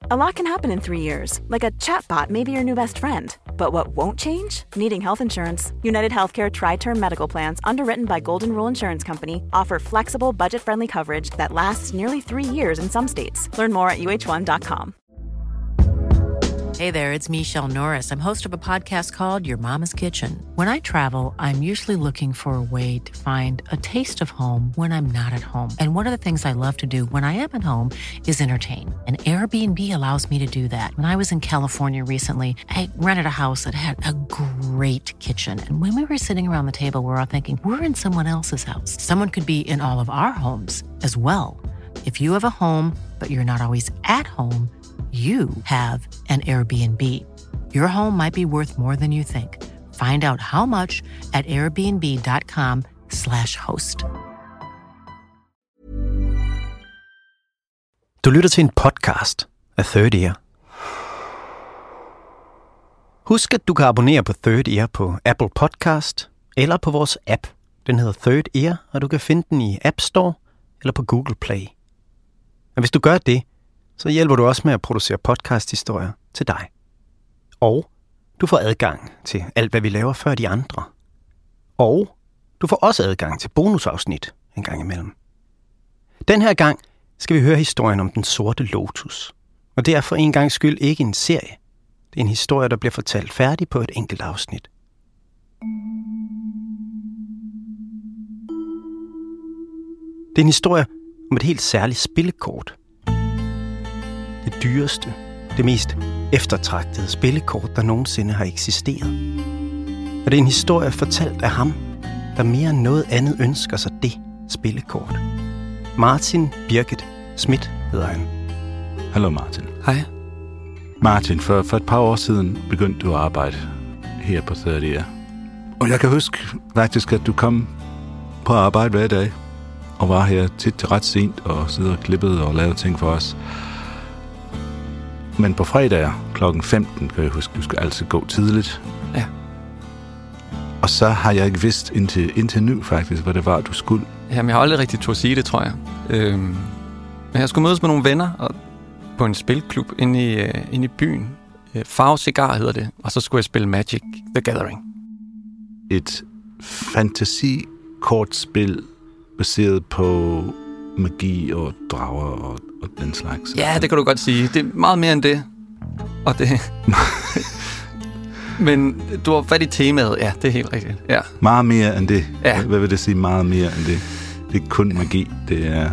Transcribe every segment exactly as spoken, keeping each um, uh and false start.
A lot can happen in three years, like a chatbot may be your new best friend. But what won't change? Needing health insurance. United Healthcare Tri-Term Medical Plans, underwritten by Golden Rule Insurance Company, offer flexible, budget-friendly coverage that lasts nearly three years in some states. Learn more at U H one dot com. Hey there, it's Michelle Norris. I'm host of a podcast called Your Mama's Kitchen. When I travel, I'm usually looking for a way to find a taste of home when I'm not at home. And one of the things I love to do when I am at home is entertain. And Airbnb allows me to do that. When I was in California recently, I rented a house that had a great kitchen. And when we were sitting around the table, we were all thinking, we're in someone else's house. Someone could be in all of our homes as well. If you have a home, but you're not always at home, you have an Airbnb. Your home might be worth more than you think. Find out how much at airbnb.com slash host. Du lytter til en podcast af Third Ear. Husk, at du kan abonnere på Third Ear på Apple Podcast eller på vores app. Den hedder Third Ear, og du kan finde den i App Store eller på Google Play. Og hvis du gør det, så hjælper du også med at producere podcasthistorier til dig. Og du får adgang til alt, hvad vi laver før de andre. Og du får også adgang til bonusafsnit en gang imellem. Den her gang skal vi høre historien om den sorte lotus. Og det er for en gangs skyld ikke en serie. Det er en historie, der bliver fortalt færdig på et enkelt afsnit. Det er en historie om et helt særligt spillekort. Det dyreste, det mest eftertragtede spillekort, der nogensinde har eksisteret. Og det er en historie fortalt af ham, der mere end noget andet ønsker sig det spillekort. Martin Birgit Schmidt hedder han. Hallo Martin. Hej. Martin, for, for et par år siden begyndte du at arbejde her på Third Ear. Og jeg kan huske faktisk, at du kom på arbejde hver dag, og var her tit til ret sent, og sidder og klippede og lavede ting for os. Men på fredag klokken femten, kan jeg huske, du skal altid gå tidligt. Ja. Og så har jeg ikke vidst indtil, indtil nu faktisk, hvad det var, du skulle. Jamen, jeg har aldrig rigtig turde sige det, tror jeg. Øhm, men jeg skulle mødes med nogle venner og på en spilklub inde i, øh, inde i byen. Øh, Farve Cigar hedder det. Og så skulle jeg spille Magic the Gathering. Et fantasikortspil baseret på magi og drager og, og den slags. Ja, det kan du godt sige. Det er meget mere end det. Og det... Men du har fat i temaet. Ja, det er helt rigtigt. Ja. Meget mere end det. Ja. Hvad vil det sige, meget mere end det? Det er kun magi. Det er...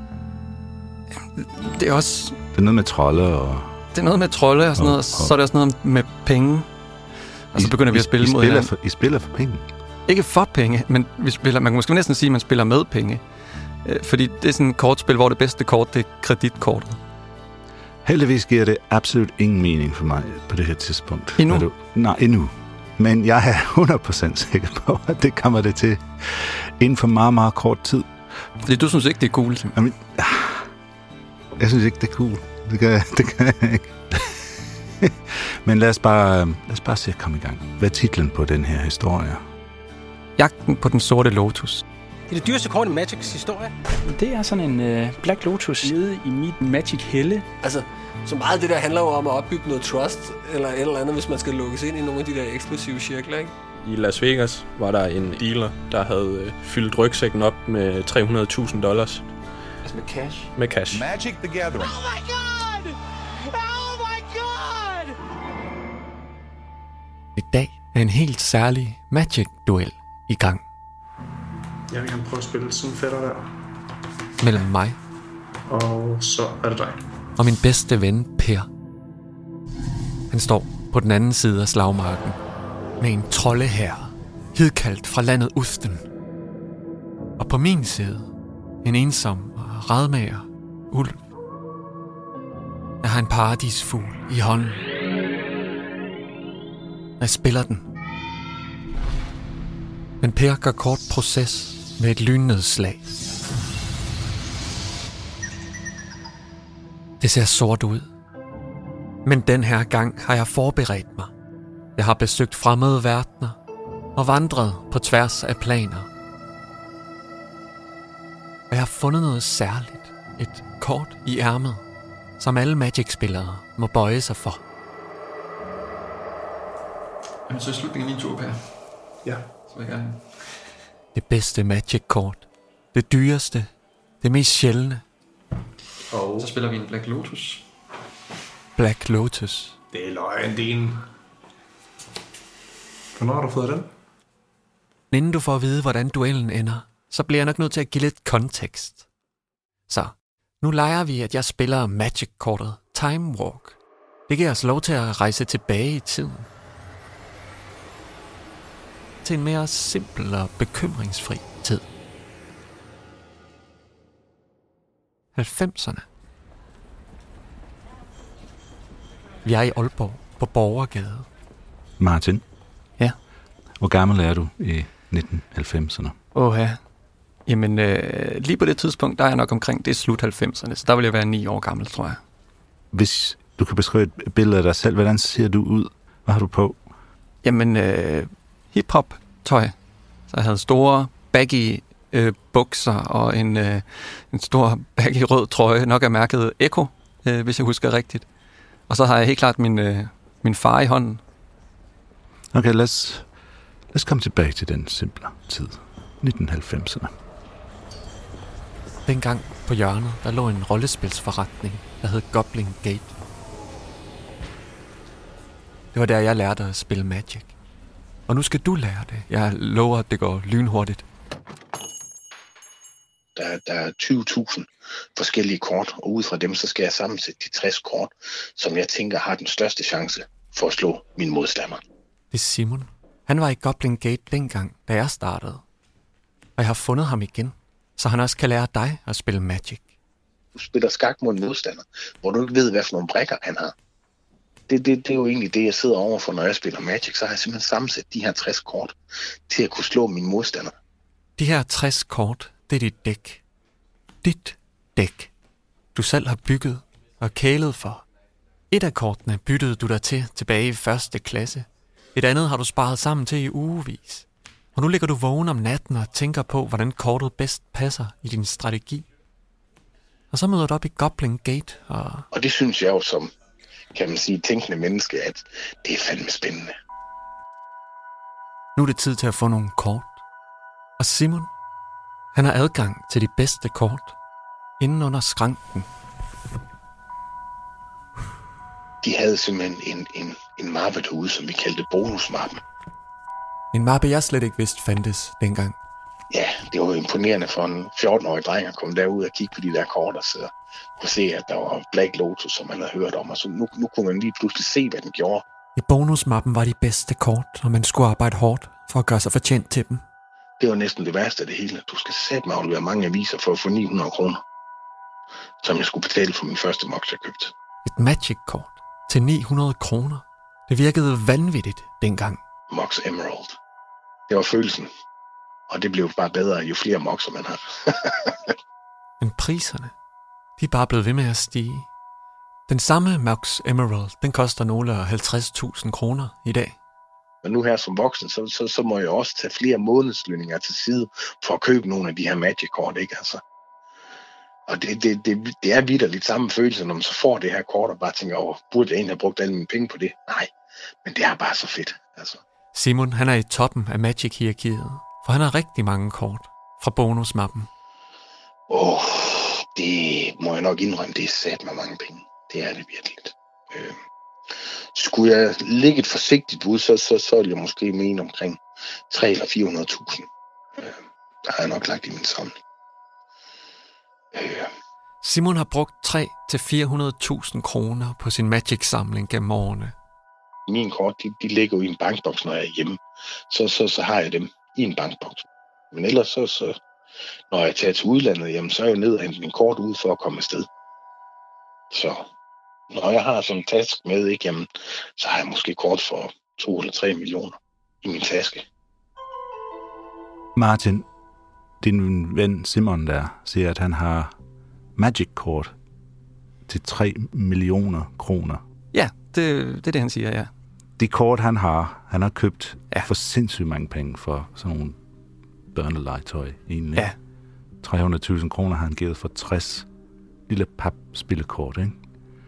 Det er også... Det er noget med trolde og... Det er noget med trolde og sådan noget, og så er det også noget med penge. Og så I, begynder vi at spille I mod spiller hinanden. for, I spiller for penge? Ikke for penge, men vi spiller, man kan måske næsten sige, at man spiller med penge. Fordi det er sådan et kortspil, hvor det bedste kort, det er kreditkortet. Heldigvis giver det absolut ingen mening for mig på det her tidspunkt. Endnu? Du, nej, endnu. Men jeg er hundrede procent sikker på, at det kommer det til inden for meget, meget kort tid. Fordi du synes ikke, det er cool? Jamen, jeg synes ikke, det er cool. Det gør jeg, det gør jeg ikke. Men lad os, bare, lad os bare se at komme i gang. Hvad er titlen på den her historie? Jagten på den sorte lotus. Det er det dyreste kort i Magics historie. Det er sådan en uh, Black Lotus nede i mit Magic Helle. Altså, så meget af det der handler jo om at opbygge noget trust, eller et eller andet, hvis man skal lukkes ind i nogle af de der eksklusive cirkler, ikke? I Las Vegas var der en dealer, der havde øh, fyldt rygsækken op med tre hundrede tusind dollars. Altså med cash? Med cash. Magic the Gathering. Oh my god! Oh my god! I dag er en helt særlig Magic-duel i gang. Jeg vil gerne prøve at spille sådan en fætter der. Mellem mig. Og så er det dig. Og min bedste ven, Per. Han står på den anden side af slagmarken. Med en troldehær. Hidkaldt fra landet Usten. Og på min side. En ensom og radmager. Ulv. Jeg har en paradisfugl i hånden. Jeg spiller den. Men Per gør kort proces med et lynnedslag. Det ser sort ud. Men den her gang har jeg forberedt mig. Jeg har besøgt fremmede verdener og vandret på tværs af planer. Og jeg har fundet noget særligt. Et kort i ærmet, som alle Magic-spillere må bøje sig for. Jamen, så er slutningen af min tur, Per. Ja. Så vil jeg gerne. Det bedste Magic-kort. Det dyreste. Det mest sjældne. Og så spiller vi en Black Lotus. Black Lotus. Det er løgn, din. Hvornår har du fået den? Inden du får at vide, hvordan duellen ender, så bliver jeg nok nødt til at give lidt kontekst. Så, nu leger vi, at jeg spiller Magic-kortet Time Walk. Det giver os lov til at rejse tilbage i tiden. Til en mere simpel og bekymringsfri tid. halvfemserne. Vi er i Aalborg på Borgergade. Martin? Ja? Hvor gammel er du i nitten halvfemserne? Åh ja. Jamen, øh, lige på det tidspunkt, der er jeg nok omkring, det er slut halvfemserne, så der vil jeg være ni år gammel, tror jeg. Hvis du kan beskrive et billede af dig selv, hvordan ser du ud? Hvad har du på? Jamen, øh, hip-hop-tøj. Så jeg havde store, baggy øh, bukser og en, øh, en stor, baggy rød trøje, nok er mærket Echo, øh, hvis jeg husker rigtigt. Og så har jeg helt klart min, øh, min far i hånden. Okay, lad os, lad os komme tilbage til den simple tid. nitten halvfemserne. Dengang på hjørnet, der lå en rollespilsforretning, der hed Goblin Gate. Det var der, jeg lærte at spille Magic. Og nu skal du lære det. Jeg lover, at det går lynhurtigt. Der, der er tyve tusind forskellige kort, og ud fra dem, så skal jeg sammensætte de tres kort, som jeg tænker har den største chance for at slå min modstander. Det er Simon. Han var i Goblin Gate dengang, da jeg startede. Og jeg har fundet ham igen, så han også kan lære dig at spille Magic. Du spiller skak mod en modstander, hvor du ikke ved, hvad for nogle brækker han har. Det, det, det er jo egentlig det, jeg sidder overfor, når jeg spiller Magic. Så har jeg simpelthen sammensat de her tres kort til at kunne slå min modstander. De her tres kort, det er dit dæk. Dit dæk. Du selv har bygget og kælet for. Et af kortene byttede du dig til tilbage i første klasse. Et andet har du sparet sammen til i ugevis. Og nu ligger du vågen om natten og tænker på, hvordan kortet bedst passer i din strategi. Og så møder du op i Goblin Gate og... Og det synes jeg jo som, kan man sige, tænkende menneske, at det er fandme spændende. Nu er det tid til at få nogle kort. Og Simon, han har adgang til de bedste kort inden under skranken. De havde simpelthen en, en, en mappe derude, som vi kaldte bonusmappen. En mappe, jeg slet ikke vidste fandtes dengang. Ja, det var imponerende for en fjorten-årig dreng at komme derud og kigge på de der kort og så kunne se, at der var Black Lotus, som man havde hørt om. Og så nu, nu kunne man lige pludselig se, hvad den gjorde. I bonusmappen var de bedste kort, og man skulle arbejde hårdt for at gøre sig fortjent til dem. Det var næsten det værste af det hele. Du skal sætte mig aflevere mange aviser for at få ni hundrede kroner, som jeg skulle betale for min første mox, jeg købte. Et Magic-kort til ni hundrede kroner. Det virkede vanvittigt dengang. Mox Emerald. Det var følelsen. Og det blev bare bedre, jo flere moxer man har. Men priserne, de er bare blevet ved med at stige. Den samme Mox Emerald, den koster nogle halvtreds tusind kroner i dag. Men nu her som voksen, så, så, så må jeg også tage flere månedslønninger til side for at købe nogle af de her Magic-kort, ikke altså? Og det, det, det, det er vitterligt samme følelse, når man så får det her kort og bare tænker, åh, burde jeg egentlig have brugt alle mine penge på det? Nej, men det er bare så fedt, altså. Simon, han er i toppen af Magic-hierarkiet, for han har rigtig mange kort fra bonusmappen. Åh, oh, det må jeg nok indrømme, det er sat med mange penge. Det er det virkelig. Øh, skulle jeg lægge et forsigtigt bud, så, så, så ville jeg måske mene omkring tre hundrede eller fire hundrede tusind. Øh, der har jeg nok lagt i min samling. Øh. Simon har brugt tre hundrede til fire hundrede tusind kroner på sin Magic-samling gennem årene. Mine kort, de, de ligger jo i en bankboks, når jeg er hjemme. Så, så, så har jeg dem i en bankboks. Men ellers så, så når jeg tager til udlandet, jamen, så er jeg ned og hente min kort ud for at komme afsted. Så når jeg har sådan en taske med, ikke, jamen, så har jeg måske kort for to eller tre millioner i min taske. Martin, din ven Simon der, siger, at han har Magic-kort til tre millioner kroner. Ja, det, det er det, han siger, ja. De kort, han har, han har købt ja. for sindssygt mange penge for sådan nogle børnelegetøj egentlig. Ja. tre hundrede tusind kroner har han givet for tres lille papspillekort, ikke?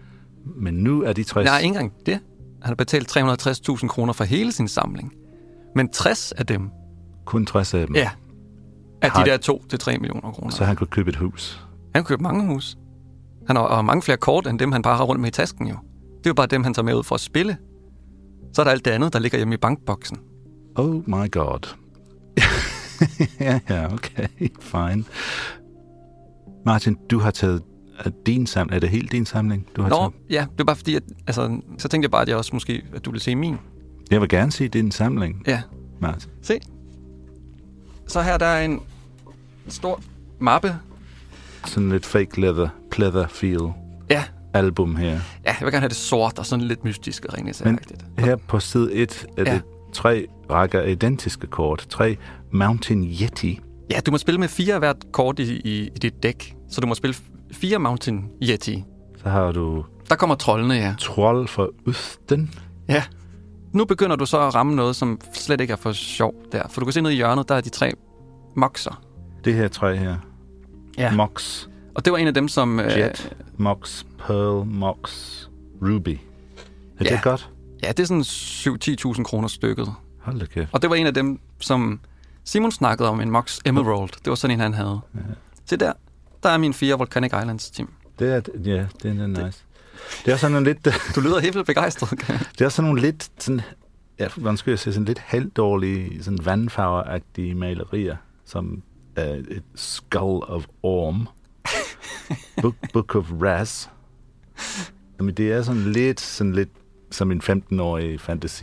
Men nu er de tres... Nej, ikke engang det. Han har betalt tre hundrede og tres tusind kroner for hele sin samling. Men tres af dem... Kun tres af dem? Ja. Af har... de der to til tre millioner kroner. Så han kunne købe et hus? Han kunne købe mange hus. Han har, har mange flere kort, end dem, han bare har rundt med i tasken jo. Det er jo bare dem, han tager med ud for at spille. Så er der alt det andet, der ligger hjemme i bankboksen. Oh my god. ja, ja, okay. Fine. Martin, du har taget din samling. Er det helt din samling, du har Nå, taget? ja. Det er bare fordi, at, altså, så tænkte jeg bare, at jeg også måske, at du ville se min. Jeg vil gerne se din samling, ja. Martin. Se. Så her der er en stor mappe. Sådan lidt fake leather, pleather feel. Ja. Album her. Ja, jeg vil gerne have det sort og sådan lidt mystisk og rent. Men her på side et er ja. det tre rækker identiske kort. Tre Mountain Yeti. Ja, du må spille med fire af hvert kort i, i, i dit dæk. Så du må spille fire Mountain Yeti. Så har du... Der kommer troldene, ja. Trold fra Østen. Ja. Nu begynder du så at ramme noget, som slet ikke er for sjov der. For du kan se ned i hjørnet, der er de tre moxer. Det her tre her. Ja. Mox. Og det var en af dem, som... Jet, øh... Mox, Pearl, Mox, Ruby. Er ja. det godt? Ja, det er sådan syv til ti tusind kroner stykket. Hold da kæft. Og det var en af dem, som Simon snakkede om, en Mox Emerald. Det var sådan en, han havde. Ja. Se der. Der er min fire Volcanic Islands, Tim. Det er, ja, det er nice. Det, det er sådan nogle lidt... Du lyder helt vildt begejstret. Det er sådan nogle lidt... Sådan, ja, hvordan skal jeg sige? Sådan lidt halvdårlige, sådan vandfarveragtige malerier, som uh, et Skull of Orm. Book, Book of Raz. Jamen, det er sådan lidt, sådan lidt som en femten-årig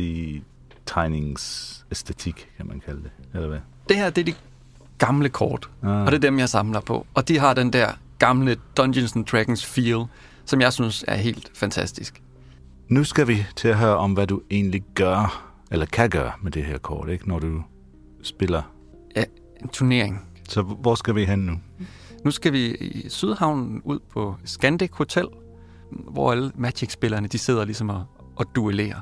fantasy-tegningsæstetik, kan man kalde det. Eller hvad? Det her, det er de gamle kort, ah. og det er dem, jeg samler på. Og de har den der gamle Dungeons and Dragons feel, som jeg synes er helt fantastisk. Nu skal vi til at høre om, hvad du egentlig gør, eller kan gøre med det her kort, ikke? Når du spiller. Ja, en turnering. Så hvor skal vi hen nu? Nu skal vi i Sydhavnen ud på Scandic Hotel, hvor alle Magic-spillerne, de sidder ligesom og, og duellerer.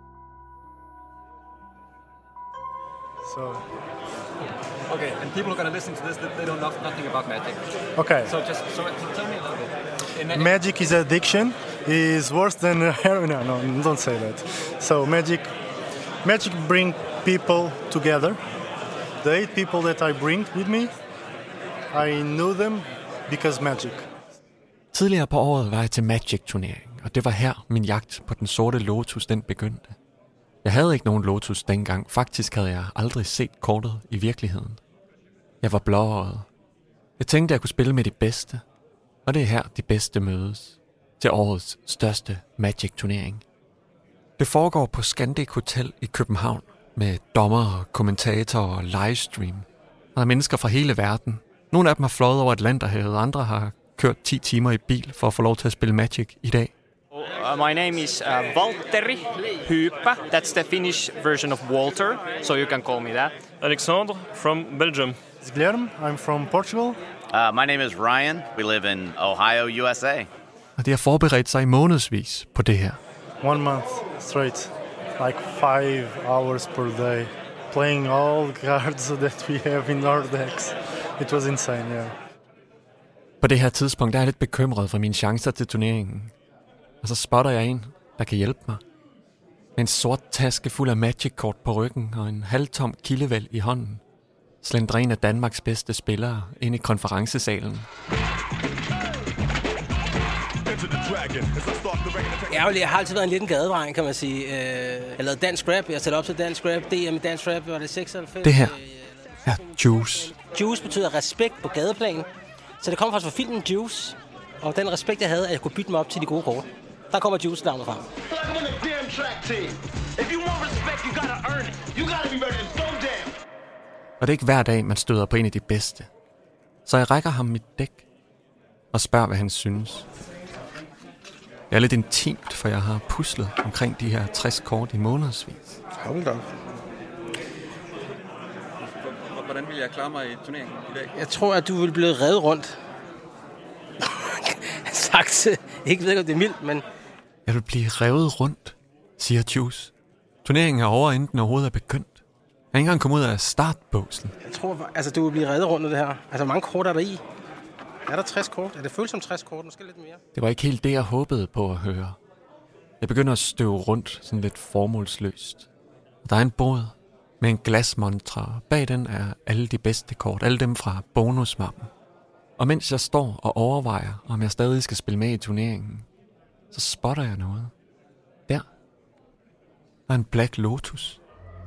So, okay, and people who are going to listen to this, they don't know nothing about Magic. Okay. So just so, so tell me a little bit. In Magic is addiction. Is worse than heroin. No, no, don't say that. So Magic, Magic bring people together. The eight people that I bring with me, I know them because Magic. Tidligere på året var jeg til Magic-turnering, og det var her min jagt på den sorte Lotus den begyndte. Jeg havde ikke nogen Lotus dengang. Faktisk havde jeg aldrig set kortet i virkeligheden. Jeg var blåøjet. Jeg tænkte, jeg kunne spille med de bedste. Og det er her, de bedste mødes. Til årets største Magic-turnering. Det foregår på Scandic Hotel i København. Med dommere, kommentatorer og livestream. Der er mennesker fra hele verden. Nogle af dem har fløjet over Atlanterhavet, andre har kørt ti timer i bil for at få lov til at spille Magic i dag. Uh, my name is uh, Valtteri Hyppä. That's the Finnish version of Walter, so you can call me that. Alexandre from Belgium. It's Guilherme. I'm from Portugal. Uh, my name is Ryan. We live in Ohio, U S A. Og de har forberedt sig i månedsvis på det her. One month straight, like five hours per day, playing all cards that we have in our decks. It was insane, yeah. På det her tidspunkt er jeg lidt bekymret for mine chancer til turneringen. Og så spotter jeg en, der kan hjælpe mig. Med en sort taske fuld af Magic-kort på ryggen og en halvtom kildevæld i hånden. Slendrer en af Danmarks bedste spillere ind i konferencesalen. Jeg, jeg har altid været en lille gadedreng, kan man sige. Jeg lavede dansk rap, jeg satte op til dansk rap. D M i dansk rap, var det seksoghalvfems? Det her er Juice. Juice betyder respekt på gadeplan. Så det kommer faktisk fra filmen Juice. Og den respekt, jeg havde, at jeg kunne bytte mig op til de gode kort. Der kommer Juice-navnet frem. Og det er ikke hver dag, man støder på en af de bedste. Så jeg rækker ham mit dæk og spørger, hvad han synes. Det er lidt intimt, for jeg har puslet omkring de her tres kort i månedsvis. Hold da. Hvordan vil jeg klare mig i turneringen i dag? Jeg tror, at du vil blive revet rundt. Sagt. Ikke ved, om det er mildt, men... Jeg vil blive revet rundt, siger Juice. Turneringen er over, inden den overhovedet er begyndt. Jeg er ikke engang kommet ud af startbåsen. Jeg tror, altså, du vil blive revet rundt af det her. Altså, hvor mange kort er der i? Er der tres kort? Er det føles som tres kort? Måske lidt mere. Det var ikke helt det, jeg håbede på at høre. Jeg begynder at støve rundt sådan lidt formålsløst. Der er en båd med en glasmontre, og bag den er alle de bedste kort, alle dem fra bonusmappen. Og mens jeg står og overvejer, om jeg stadig skal spille med i turneringen, så spotter jeg noget. Der. Der er en Black Lotus.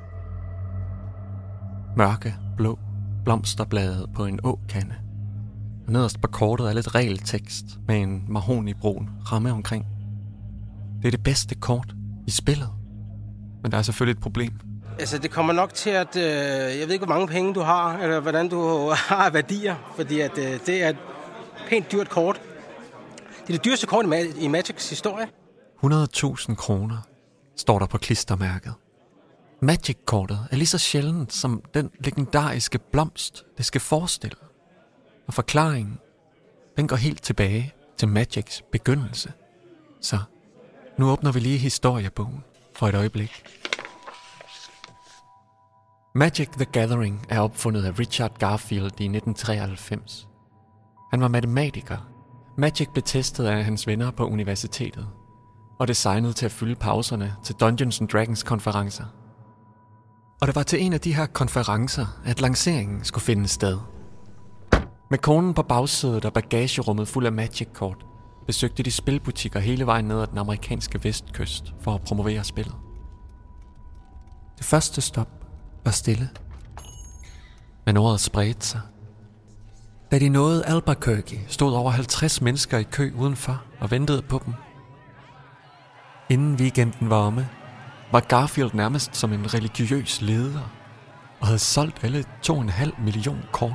Mørke, blå blomsterblade på en åkande. Og nederst på kortet er lidt regeltekst med en mahognibrun ramme omkring. Det er det bedste kort i spillet. Men der er selvfølgelig et problem. Altså, det kommer nok til, at... Øh, jeg ved ikke, hvor mange penge du har, eller hvordan du har værdier, fordi at, øh, det er et pænt dyrt kort. Det er det dyreste kort i, Ma- i Magics historie. hundrede tusind kroner står der på klistermærket. Magic-kortet er lige så sjældent som den legendariske blomst, det skal forestille. Og forklaringen, den går helt tilbage til Magics begyndelse. Så nu åbner vi lige historiebogen for et øjeblik. Magic the Gathering er opfundet af Richard Garfield i nitten treoghalvfems. Han var matematiker. Magic blev testet af hans venner på universitetet og designet til at fylde pauserne til Dungeons and Dragons konferencer. Og det var til en af de her konferencer, at lanceringen skulle finde sted. Med konen på bagsædet og bagagerummet fuld af Magic-kort besøgte de spilbutikker hele vejen ned ad den amerikanske vestkyst for at promovere spillet. Det første stop var stille. Men ordet spredte sig. Da de nåede Albuquerque, stod over halvtreds mennesker i kø udenfor og ventede på dem. Inden weekenden var omme, var Garfield nærmest som en religiøs leder og havde solgt alle to og en halv million kort.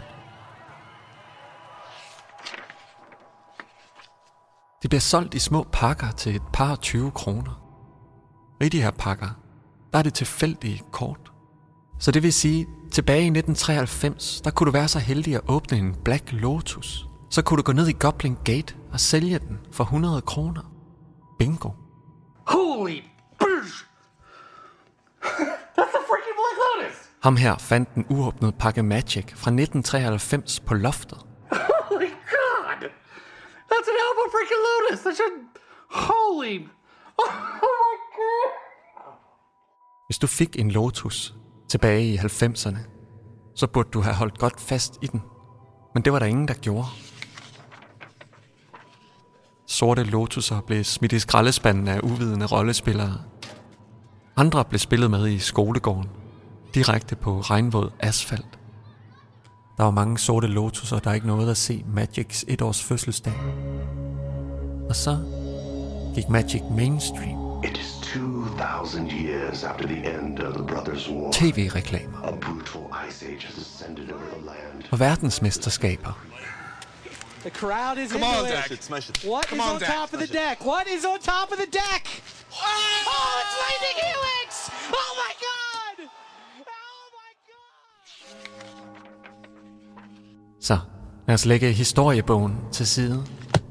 De bliver solgt i små pakker til et par og tyve kroner. Og i de her pakker, der er det tilfældige kort. Så det vil sige, tilbage i nitten treoghalvfems, der kunne du være så heldig at åbne en Black Lotus. Så kunne du gå ned i Goblin Gate og sælge den for hundrede kroner. Bingo. Holy bitch! That's a freaking Black Lotus! Ham her fandt en uåbnet pakke Magic fra nitten treoghalvfems på loftet. Holy God! That's an album freaking Lotus! That's a... Holy... Oh my God! Hvis du fik en Lotus tilbage i halvfemserne, så burde du have holdt godt fast i den. Men det var der ingen, der gjorde. Sorte Lotus'er blev smidt i skraldespanden af uvidende rollespillere. Andre blev spillet med i skolegården, direkte på regnvåd asfalt. Der var mange sorte Lotus'er, der ikke nåede at se Magics et-års fødselsdag. Og så gik Magic mainstream. It is two thousand years after the end of the Brothers' War. T V-reklamer. A brutal ice age has descended over the land. Og verdensmesterskaber. The crowd is Come into on, it. Dax. It's nice. What Come is on, on Dax. top of the deck? What is on top of the deck? Oh, oh it's Lightning Helix! Oh my God! Oh my God! Så lad os lægge historiebogen til side.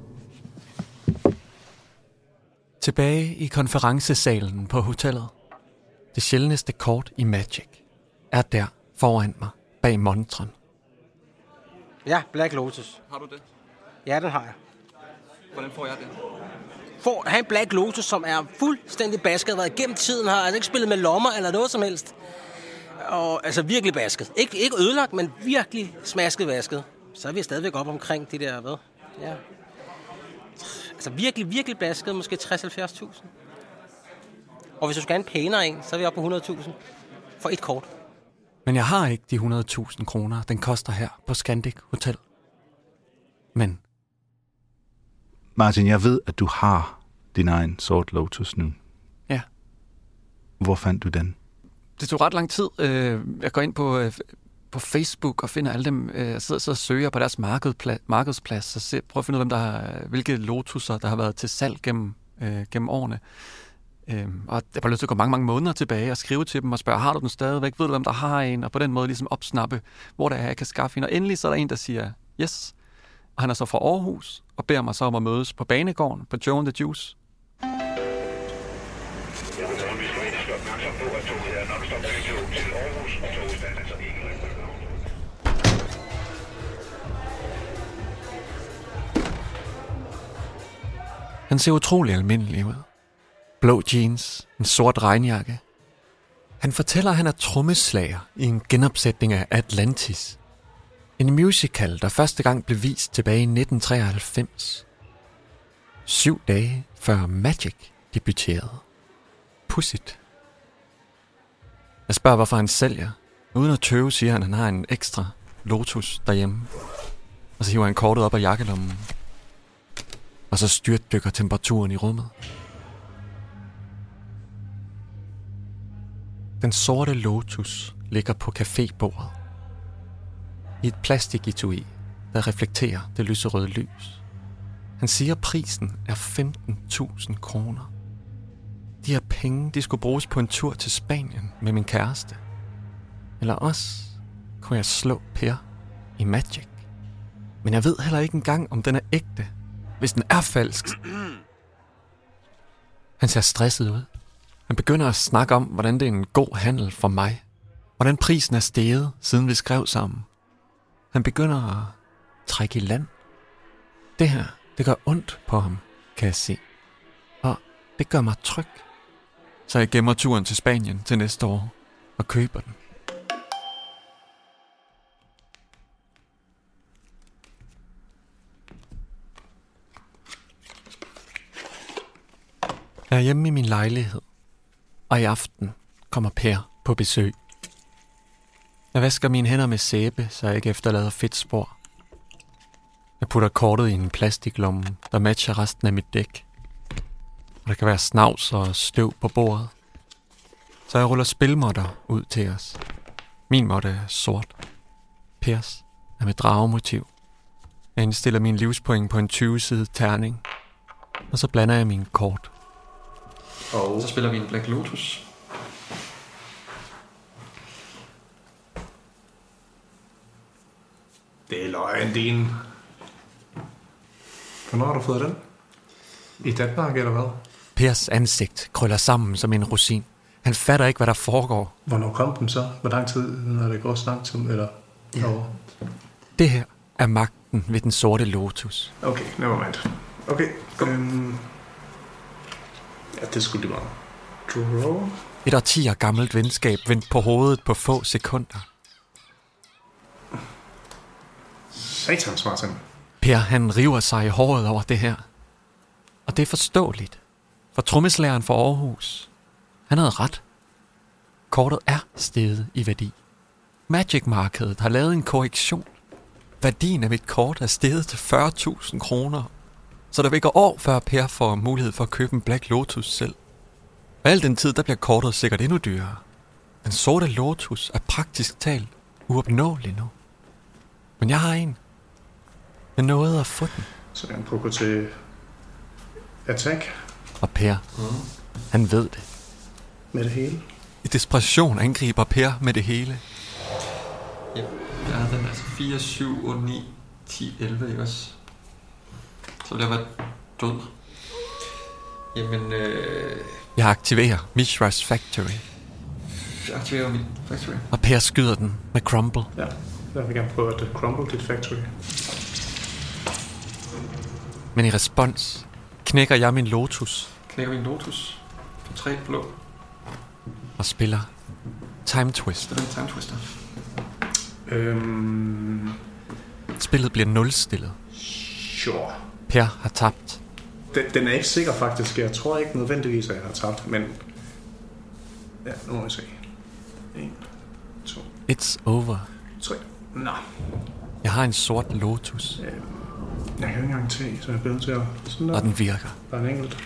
Tilbage i konferencesalen på hotellet. Det sjældneste kort i Magic er der foran mig bag montren. Ja, Black Lotus. Har du det? Ja, den har jeg. Hvordan får jeg det? For at have en Black Lotus, som er fuldstændig basket, har været igennem tiden, har altså ikke spillet med lommer eller noget som helst. Og altså virkelig basket. Ikke, ikke ødelagt, men virkelig smasket vasket. Så er vi stadigvæk op omkring de der, hvad? Ja. Altså virkelig, virkelig basket, måske tres til halvfjerds tusind. Og hvis du skal have en pænere en, så er vi oppe på hundrede tusind for et kort. Men jeg har ikke de hundrede tusind kroner, den koster her på Scandic Hotel. Men... Martin, jeg ved, at du har din egen sort Lotus nu. Ja. Hvor fandt du den? Det tog ret lang tid. Jeg går ind på, på Facebook og finder alle dem. Jeg sidder, sidder og søger på deres markedsplads, markedsplads og ser, prøver at finde ud af, hvem der har, hvilke Lotus'er, der har været til salg gennem, øh, gennem årene. Øhm, og jeg var nødt til at gå mange, mange måneder tilbage og skrive til dem og spørge, har du den stadigvæk? Ved du, hvem der har en? Og på den måde ligesom opsnappe, hvor der er, jeg kan skaffe en. Og endelig så er der en, der siger, yes. Og han er så fra Aarhus og beder mig så om at mødes på banegården på Joe and the Juice. Han ser utrolig almindelig ud. blå jeans, en sort regnjakke. Han fortæller, at han er trommeslager i en genopsætning af Atlantis. En musical, der første gang blev vist tilbage i nitten treoghalvfems. Syv dage før Magic debuterede. Pudsigt. Jeg spørger, hvorfor han sælger. Uden at tøve, siger han, at han har en ekstra Lotus derhjemme. Og så hiver han kortet op af jakkelommen. Og så styrtdykker temperaturen i rummet. Den sorte Lotus ligger på cafébordet. I et plastiketui, der reflekterer det lyserøde lys. Han siger, at prisen er femten tusind kroner. De her penge, de skulle bruges på en tur til Spanien med min kæreste. Eller også kunne jeg slå Per i Magic. Men jeg ved heller ikke engang, om den er ægte, hvis den er falsk. Han ser stresset ud. Han begynder at snakke om, hvordan det er en god handel for mig. Hvordan prisen er steget, siden vi skrev sammen. Han begynder at trække i land. Det her, det gør ondt på ham, kan jeg se. Og det gør mig tryg. Så jeg gemmer turen til Spanien til næste år og køber den. Jeg er hjemme i min lejlighed, og i aften kommer Per på besøg. Jeg vasker mine hænder med sæbe, så jeg ikke efterlader fedtspor. Jeg putter kortet i en plastiklomme, der matcher resten af mit dæk. Og der kan være snavs og støv på bordet. Så jeg ruller spilmåtter ud til os. Min måtte er sort. Pers er med dragemotiv. Jeg indstiller min livspoint på en tyve-side terning. Og så blander jeg mine kort. Og så spiller vi en Black Lotus. Det er løgn, din. Hvornår har du fået den? I Danmark, eller hvad? Pers ansigt krøller sammen som en rosin. Han fatter ikke, hvad der foregår. Hvornår kom den så? Hvor lang tid, når det går så lang tid, eller over? Det her er magten ved den sorte Lotus. Okay, nevermind. Okay, øhm... ja, det skulle det være. Draw. Et årtier gammelt venskab vendt på hovedet på få sekunder. Satans, Martin. Per, han river sig i håret over det her. Og det er forståeligt. For trommeslageren fra Aarhus, han havde ret. Kortet er steget i værdi. Magic-markedet har lavet en korrektion. Værdien af mit kort er steget til fyrre tusind kroner. Så der vil gå år, før Per får mulighed for at købe en Black Lotus selv. Og al den tid, der bliver kortet sikkert endnu dyrere. Den sorte Lotus er praktisk talt uopnåelig nu. Men jeg har en. Jeg nåede at få den. Så jeg prøver at gå til attack. Og Per, mm. han ved det. Med det hele? I desperation angriber Per med det hele. Ja, ja den er altså fire, syv, otte, ni, ti, elleve, ikke også? Så vil jeg være død. Jamen, øh... Jeg aktiverer Mishra's Factory. Jeg aktiverer min factory. Og Per skyder den med Crumble. Ja, jeg vil gerne prøve at crumble dit factory. Men i respons knækker jeg min Lotus. Knækker min Lotus. På tre blå. Og spiller Time Twister. Det er en Time Twister. Øhm... Spillet bliver nulstillet. Sure. Per har tabt. Den, den er ikke sikker faktisk. Jeg tror ikke nødvendigvis, at jeg har tabt, men... Ja, nu må vi se. En, to... It's over. Tre. Nå. Jeg har en sort Lotus. Øhm, jeg kan ikke engang tage, så jeg bliver nødt til at... Sådan der. Og den virker. Bare en enkelt.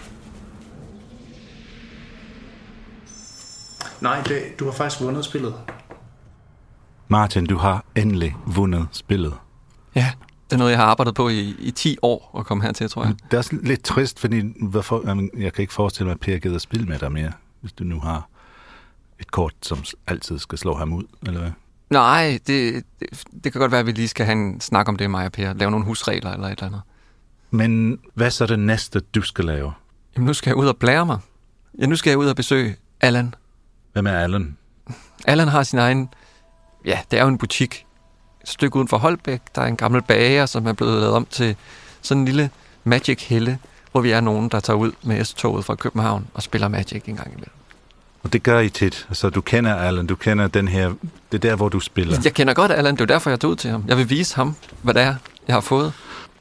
Nej, det, du har faktisk vundet spillet. Martin, du har endelig vundet spillet. Ja, det er noget, jeg har arbejdet på i, i ti år at komme hertil, tror jeg. Det er også lidt trist, fordi hvorfor, jeg kan ikke forestille mig, at Per gider spille med dig mere, hvis du nu har et kort, som altid skal slå ham ud, eller hvad? Nej, det, det, det kan godt være, at vi lige skal have en snak om det, mig og Per. Lave nogle husregler eller et eller andet. Men hvad så er det næste, du skal lave? Jamen, nu skal jeg ud og blære mig. Ja, nu skal jeg ud og besøge Allan. Hvem er Allan? Allan har sin egen... Ja, det er jo en butik. Et stykke uden for Holbæk. Der er en gammel bager, som er blevet lavet om til sådan en lille magic-helle, hvor vi er nogen, der tager ud med S-toget fra København og spiller Magic en gang imellem. Og det gør I tit. Altså, du kender Allan, du kender den her... Det er der, hvor du spiller. Jeg kender godt Allan, det er derfor, jeg tog ud til ham. Jeg vil vise ham, hvad det er, jeg har fået.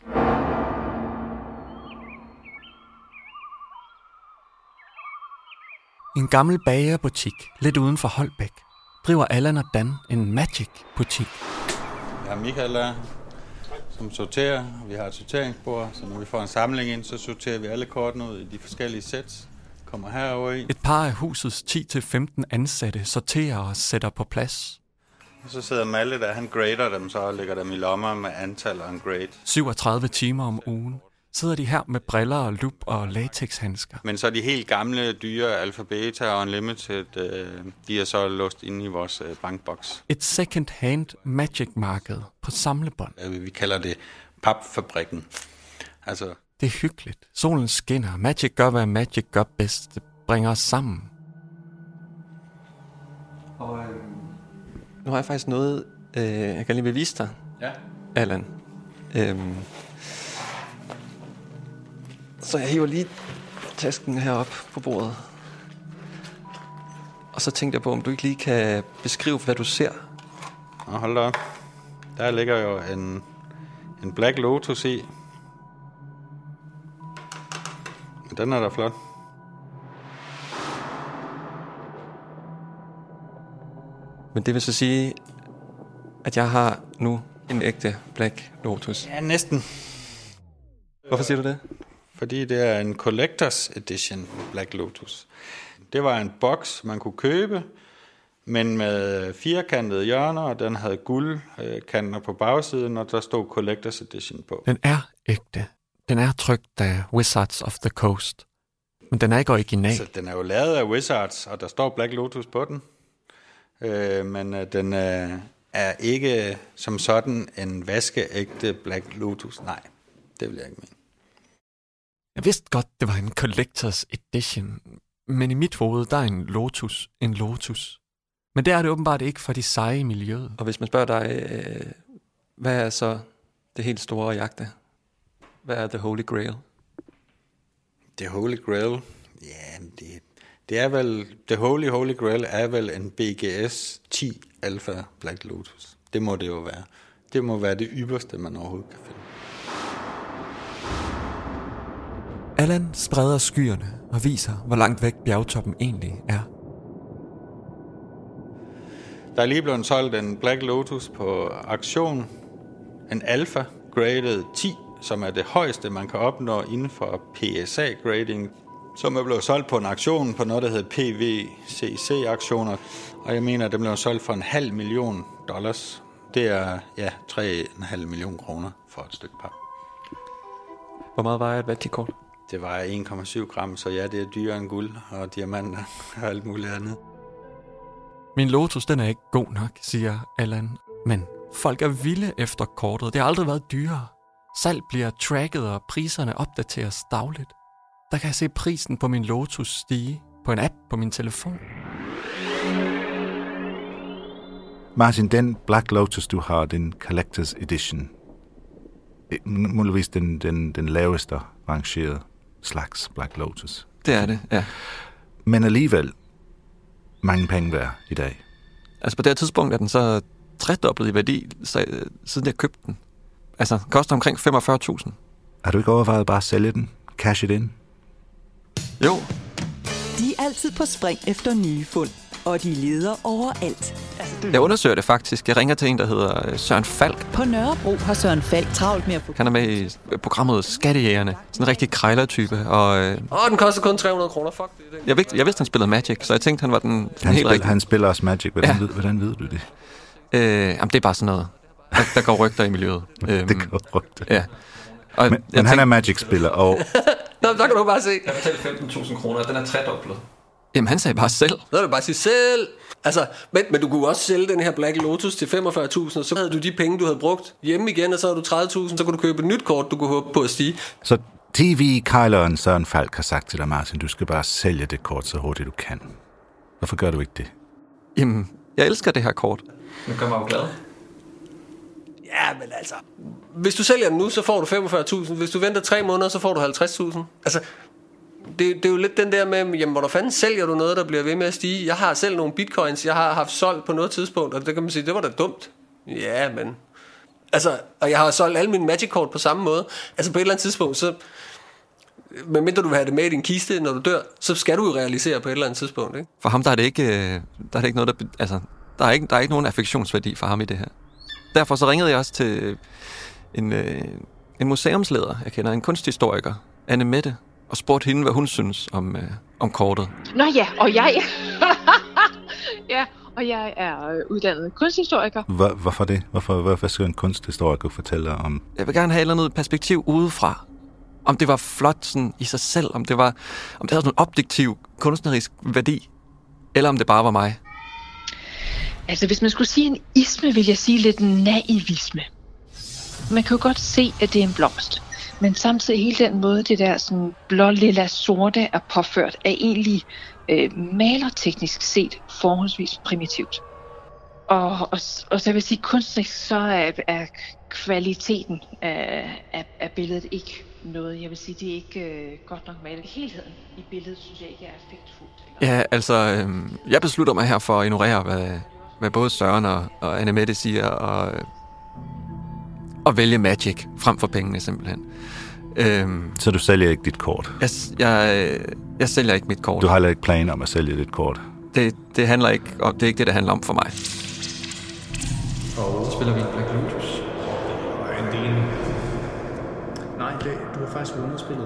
En gammel bagerbutik lidt uden for Holbæk driver Allan og Dan en Magic-butik. Jeg er Michael der, som sorterer. Vi har et sorteringsbord, så når vi får en samling ind, så sorterer vi alle kortene ud i de forskellige sæt. Kommer herover i. Et par af husets ti til femten ansatte sorterer og sætter på plads. Så sidder Malle der, han grader dem så og lægger dem i lommer med antal og en grade. syvogtredive timer om ugen sidder de her med briller og lup og latexhandsker. Men så de helt gamle dyre Alphabeta og Unlimited, øh, de er så låst inde i vores øh, bankboks. Et second-hand Magic-marked på samlebånd. Vi kalder det papfabrikken. Altså... Det er hyggeligt. Solen skinner. Magic gør, hvad Magic gør bedst. Det bringer os sammen. Og øh, nu har jeg faktisk noget, øh, jeg kan lige vil vise dig, ja. Allan. Øhm, så jeg hiver lige tasken herop på bordet. Og så tænkte jeg på, om du ikke lige kan beskrive, hvad du ser. Nå, hold da op. Der ligger jo en, en Black Lotus i. Den er da flot. Men det vil så sige, at jeg har nu en ægte Black Lotus. Ja, næsten. Hvorfor siger du det? Fordi det er en Collectors Edition Black Lotus. Det var en boks, man kunne købe, men med firkantede hjørner, og den havde guldkanter på bagsiden, og der stod Collectors Edition på. Den er ægte. Den er trykt af Wizards of the Coast. Men den er ikke original. Så den er jo lavet af Wizards, og der står Black Lotus på den. Øh, men øh, den øh, er ikke som sådan en vaskeægte Black Lotus. Nej, det vil jeg ikke mene. Jeg vidste godt, det var en Collectors Edition. Men i mit hoved, der er en Lotus en Lotus. Men det er det åbenbart ikke for de seje i miljøet. Og hvis man spørger dig, øh, hvad er så det helt store at jagte? Hvad er The Holy Grail? The Holy Grail? Ja, det, det er vel... The Holy Holy Grail er vel en B G S ti Alpha Black Lotus. Det må det jo være. Det må være det ypperste, man overhovedet kan finde. Allan spreder skyerne og viser, hvor langt væk bjergtoppen egentlig er. Der er lige blevet solgt en Black Lotus på auktion. En Alpha graded ti, som er det højeste, man kan opnå inden for P S A-grading, som er blevet solgt på en auktion på noget, der hedder P V C C-auktioner. Og jeg mener, at det blev solgt for en halv million dollars. Det er, ja, tre komma fem million kroner for et stykke pap. Hvor meget vejer et Magic-kort? Det vejer en komma syv gram, så ja, det er dyrere end guld og diamanter og alt muligt andet. Min Lotus, den er ikke god nok, siger Allan. Men folk er vilde efter kortet. Det har aldrig været dyrere. Salg bliver tracket, og priserne opdateres dagligt. Der kan jeg se prisen på min Lotus stige på en app på min telefon. Martin, den Black Lotus, du har, den Collectors Edition, muligvis den, den, den laveste rangerede slags Black Lotus. Det er det, ja. Men alligevel mange penge værd i dag. Altså på det her tidspunkt er den så tredoblet i værdi, siden jeg købte den. Altså, den koster omkring femogfyrre tusind. Har du ikke overvejet bare at sælge den? Cash it in? Jo. De er altid på spring efter nye fund, og de leder overalt. Jeg undersøger det faktisk. Jeg ringer til en, der hedder Søren Falk. På Nørrebro har Søren Falk travlt med at få... Han er med i programmet Skattejægerne. Sådan en rigtig krejlertype. Og, øh... Åh, den koster kun tre hundrede kroner. Fuck det. Jeg vidste, jeg vidste, han spillede Magic, så jeg tænkte, han var den, den han helt spil, rigtige. Han spiller også Magic. Hvordan, ja. ved, hvordan ved du det? Øh, jamen, det er bare sådan noget. Der, der går rygter i miljøet. Det går rygter. Ja. Og men men tænkte... han er Magic-spiller, og... Nå, så kan du bare se. Jeg betalte femten tusind kroner, den er tredoblet. Jamen, han sagde bare selv. Så er det bare sige selv. Altså, men, men du kunne også sælge den her Black Lotus til femogfyrre tusind, og så havde du de penge, du havde brugt hjemme igen, og så havde du tredive tusind, så kunne du købe et nyt kort, du kunne håbe på at stige. Så T V-kejleren Søren Falk har sagt til dig, Martin, du skal bare sælge det kort så hurtigt du kan. Hvorfor gør du ikke det? Jamen, jeg elsker det her kort. Det gør mig jo glad. Ja, men altså... Hvis du sælger den nu, så får du femogfyrre tusind. Hvis du venter tre måneder, så får du halvtreds tusind. Altså, det, det er jo lidt den der med, jamen, hvor der fanden sælger du noget, der bliver ved med at stige? Jeg har selv nogle bitcoins, jeg har haft solgt på noget tidspunkt, og det kan man sige, det var da dumt. Ja, men... Altså, og jeg har solgt alle mine Magic-kort på samme måde. Altså, på et eller andet tidspunkt, så... medmindre du vil have det med i din kiste, når du dør, så skal du jo realisere på et eller andet tidspunkt, ikke? For ham, der er det ikke, der er det ikke noget, der... Altså, der er ikke, der er ikke nogen affektionsværdi for ham i det her. Derfor så ringede jeg også til en, en museumsleder, jeg kender, en kunsthistoriker, Anne Mette, og spurgte hende, hvad hun synes om, om kortet. Nå ja, og jeg... ja, og jeg er uddannet kunsthistoriker. Hvor, hvorfor det? Hvorfor, hvorfor skal en kunsthistoriker fortælle om... Jeg vil gerne have et eller andet perspektiv udefra. Om det var flot sådan i sig selv, om det var, om det havde sådan en objektiv kunstnerisk værdi, eller om det bare var mig. Altså, hvis man skulle sige en isme, vil jeg sige lidt naivisme. Man kan jo godt se, at det er en blomst. Men samtidig hele den måde, det der sådan blå, lilla, sorte er påført, er egentlig øh, malerteknisk set forholdsvis primitivt. Og, og, og så vil jeg sige, kunstnerisk, så er, er kvaliteten af, af, af billedet ikke noget. Jeg vil sige, det er ikke øh, godt nok malet. Helheden i billedet, synes jeg ikke er effektfuldt. Ja, altså, øh, jeg beslutter mig her for at ignorere, hvad, hvad både Søren og, og Anne Mette siger, og, øh, og vælge Magic frem for pengene, simpelthen. Øhm, Så du sælger ikke dit kort? Jeg, jeg, jeg sælger ikke mit kort. Du har heller ikke planer om at sælge dit kort? Det, det handler ikke om, det er ikke det, det handler om for mig. Og så spiller vi en Black Lotus. Og en del. Nej, det, du har faktisk vundet spillet.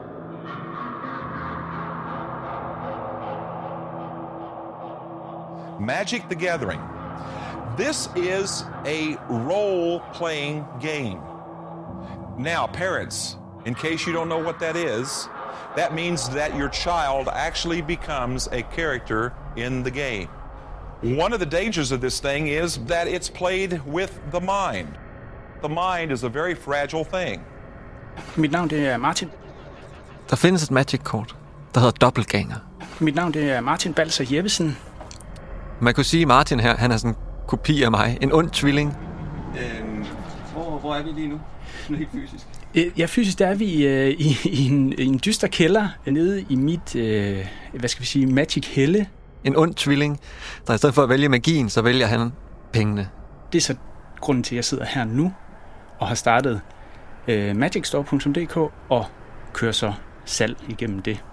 Magic the Gathering. This is a role-playing game. Now, parents, in case you don't know what that is, that means that your child actually becomes a character in the game. One of the dangers of this thing is that it's played with the mind. The mind is a very fragile thing. Mit navn det er Martin. Der findes et Magic-kort, der hedder Dobbeltgænger. Mit navn det er Martin Balser Jeppesen. Man kunne sige, Martin her, han er sådan en kopi af mig. En ond tvilling. Øhm, hvor, hvor er vi lige nu? Sådan helt fysisk. Ja, fysisk der er vi øh, i, i, en, i en dyster kælder nede i mit, øh, hvad skal vi sige, Magic Helle. En ond tvilling, der i stedet for at vælge magien, så vælger han pengene. Det er så grunden til, at jeg sidder her nu og har startet øh, magic store punktum d k og kører så salg igennem det.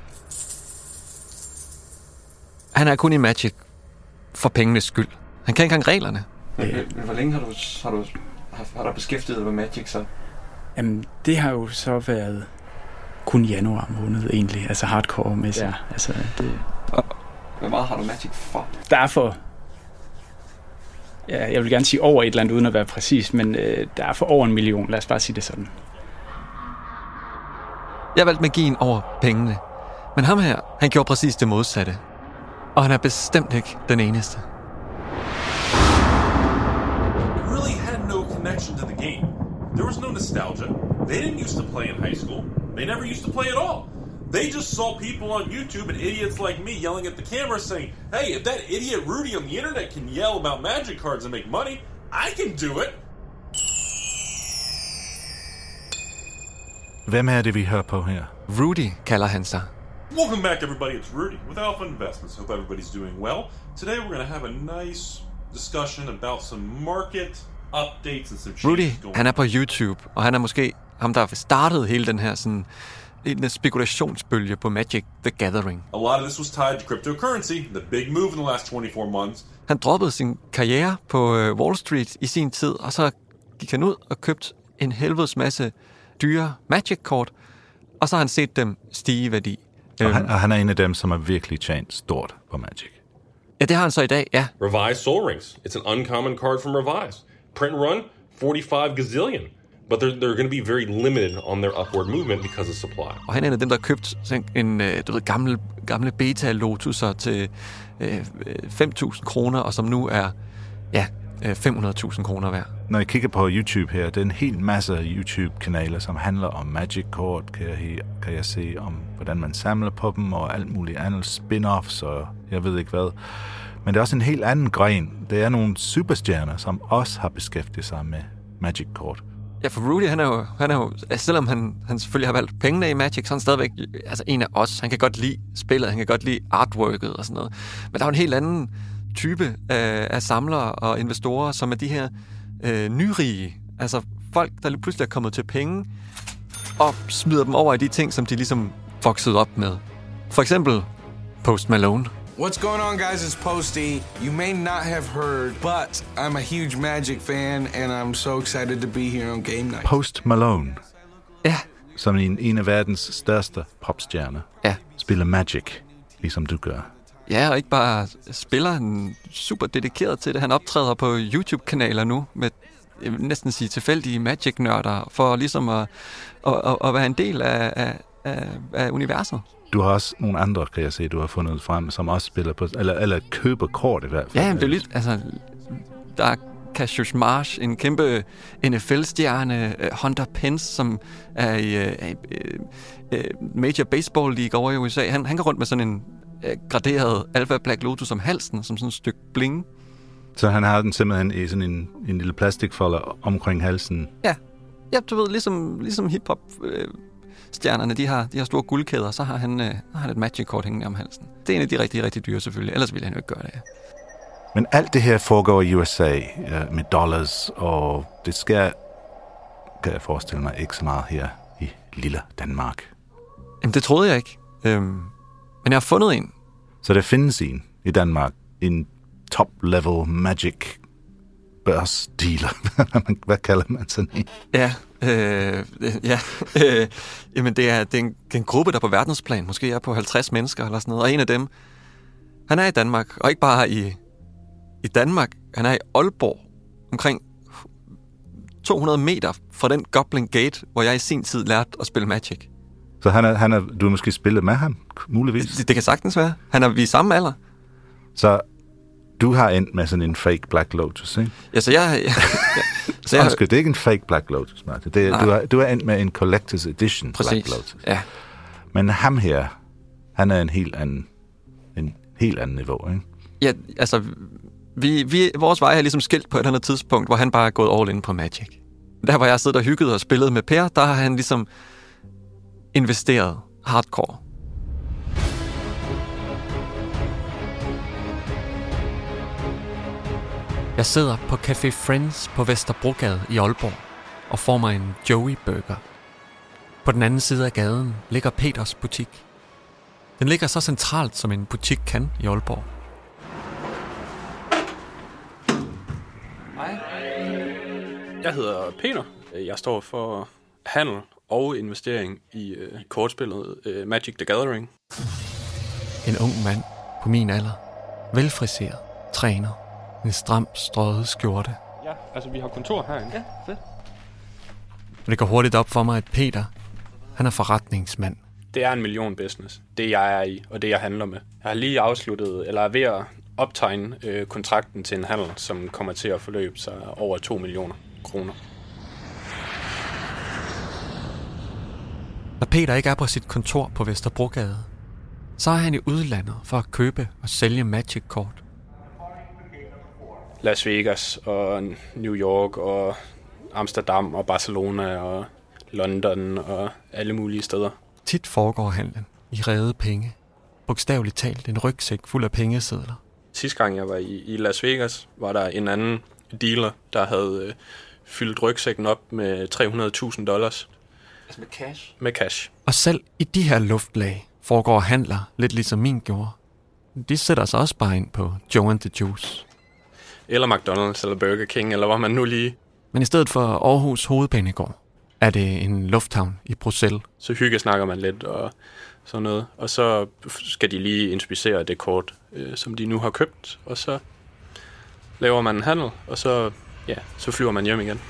Han er kun i Magic for pengenes skyld. Han kan ikke engang reglerne. Men, men hvor længe har du, har du, har, har du beskæftiget dig med Magic så? Jamen, det har jo så været kun januar måned egentlig, altså hardcore-mæssigt. Ja. Altså, det... Hvor meget har du Magic for? Der er for... Ja, jeg vil gerne sige over et eller andet, uden at være præcis, men øh, der er for over en million, lad os bare sige det sådan. Jeg valgte magien over pengene. Men ham her, han gjorde præcis det modsatte. Og han er bestemt ikke den eneste. It really had no connection to the game. There was no nostalgia. They didn't used to play in high school. They never used to play at all. They just saw people on YouTube and idiots like me yelling at the camera saying, hey, if that idiot Rudy on the internet can yell about Magic cards and make money, I can do it. Hvem er det, vi hører på her? Rudy kalder han sig. Welcome back, everybody. It's Rudy with Alpha Investments. Hope everybody's doing well. Today we're going to have a nice discussion about some market updates and some changes. Rudy, han er på YouTube, og han er måske ham, der startede hele den her sådan en spekulationsbølge på Magic the Gathering. A lot of this was tied to cryptocurrency, the big move in the last twenty-four months. Han droppede sin karriere på Wall Street i sin tid, og så gik han ud og købte en helvedes masse dyre Magic-kort, og så har han set dem stige i værdi. Og han, og han er en af dem, som har virkelig tjent stort på Magic. Ja, det har han så i dag, ja. Revise Sol Rings. It's an uncommon card from Revise. Print run, forty-five gazillion. But they're, they're going to be very limited on their upward movement because of supply. Og han er en af dem, der har købt en du ved, gamle, gamle beta-lotuser til øh, fem tusind kroner, og som nu er ja, fem hundrede tusind kroner værd. Når jeg kigger på YouTube her, det er en hel masse YouTube-kanaler, som handler om Magic-kort, kan jeg, kan jeg se om, hvordan man samler på dem, og alt muligt andet spin-offs, og jeg ved ikke hvad. Men det er også en helt anden gren. Det er nogle superstjerner, som også har beskæftiget sig med Magic-kort. Ja, for Rudy, han er jo, han er jo altså selvom han, han selvfølgelig har valgt pengene i Magic, så er han stadigvæk altså en af os. Han kan godt lide spillet, han kan godt lide artworket og sådan noget. Men der er jo en helt anden type af, af samlere og investorer, som er de her øh, nyrige. Altså folk, der lige pludselig er kommet til penge, og smider dem over i de ting, som de ligesom voksede op med. For eksempel Post Malone. What's going on, guys? It's Posty. You may not have heard, but I'm a huge Magic fan, and I'm so excited to be here on Game Night. Post Malone. Ja. Som en, en af verdens største popstjerner. Ja. Spiller Magic, ligesom du gør. Ja, og ikke bare spiller, han super dedikeret til det. Han optræder på YouTube-kanaler nu med, jeg vil næsten sige, tilfældige Magic-nørder, for ligesom at, at, at, at være en del af, af, af, af universet. Du har også nogle andre, kan jeg se, du har fundet frem, som også spiller på, eller, eller køber kort i hvert fald. Ja, det er lidt, altså, der er Cassius Marsh, en kæmpe N F L-stjerne, Hunter Pence, som er i uh, uh, Major Baseball League over i U S A. Han, han går rundt med sådan en uh, graderet Alpha Black Lotus om halsen, som sådan et stykke bling. Så han har den simpelthen i sådan en, en lille plastikfolder omkring halsen? Ja, ja, du ved, ligesom, ligesom hip-hop... Øh, stjernerne, de har, de har store guldkæder, så har han, øh, har han et Magic-kort hængende om halsen. Det er en af de rigtig, rigtig dyre selvfølgelig, ellers ville han jo ikke gøre det. Ja. Men alt det her foregår i U S A øh, med dollars, og det sker, kan jeg forestille mig, ikke så meget her i lille Danmark. Jamen, det troede jeg ikke. Øhm, men jeg har fundet en. Så der findes en i Danmark, en top-level Magic børsdealer. Hvad kalder man sådan en? Ja, øh, ja. Øh, jamen det er, det, er en, det er en gruppe, der på verdensplan måske er på halvtreds mennesker eller sådan noget, og en af dem, han er i Danmark, og ikke bare i, i Danmark, han er i Aalborg, omkring to hundrede meter fra den Goblin Gate, hvor jeg i sin tid lærte at spille Magic. Så han er, han er, du har måske spillet med ham, muligvis? Det, det kan sagtens være. Han er vi er samme alder. Så du har endt med sådan en fake Black Lotus, ikke? Ja, så jeg... Ja, så jeg Undskyld, det er ikke en fake Black Lotus, Martin. Det er, du, er, du er endt med en Collector's Edition Præcis. Black Lotus. Ja. Men ham her, han er en helt anden, en helt anden niveau, ikke? Ja, altså, vi, vi, vores veje er ligesom skilt på et eller andet tidspunkt, hvor han bare er gået all in på Magic. Der, hvor jeg sidder og hygget og spillet med Per, der har han ligesom investeret hardcore. Jeg sidder på Café Friends på Vesterbrogade i Aalborg og får mig en Joey Burger. På den anden side af gaden ligger Peters butik. Den ligger så centralt, som en butik kan i Aalborg. Hej. Jeg hedder Peter. Jeg står for handel og investering i uh, kortspillet uh, Magic the Gathering. En ung mand på min alder. Velfriseret. Træner. En stram, strøget skjorte. Ja, altså vi har kontor herinde. Ja, fedt. Og det går hurtigt op for mig, at Peter, han er forretningsmand. Det er en million business. Det jeg er i, og det jeg handler med. Jeg har lige afsluttet, eller er ved at optegne øh, kontrakten til en handel, som kommer til at forløbe sig over to millioner kroner. Når Peter ikke er på sit kontor på Vesterbrogade, så er han i udlandet for at købe og sælge Magic-kort. Las Vegas og New York og Amsterdam og Barcelona og London og alle mulige steder. Tit foregår handlen i rede penge. Bogstaveligt talt en rygsæk fuld af pengesedler. Sidste gang jeg var i, i Las Vegas, var der en anden dealer, der havde øh, fyldt rygsækken op med tre hundrede tusind dollars. Altså med cash? Med cash. Og selv i de her luftlag foregår handler lidt ligesom min gjorde. De sætter sig også bare ind på Joe and the Juice. Eller McDonald's, eller Burger King, eller hvor man nu lige... Men i stedet for Aarhus Hovedbanegård, er det en lufthavn i Bruxelles. Så hygge snakker man lidt og sådan noget. Og så skal de lige inspicere det kort, øh, som de nu har købt. Og så laver man en handel, og så, ja, så flyver man hjem igen.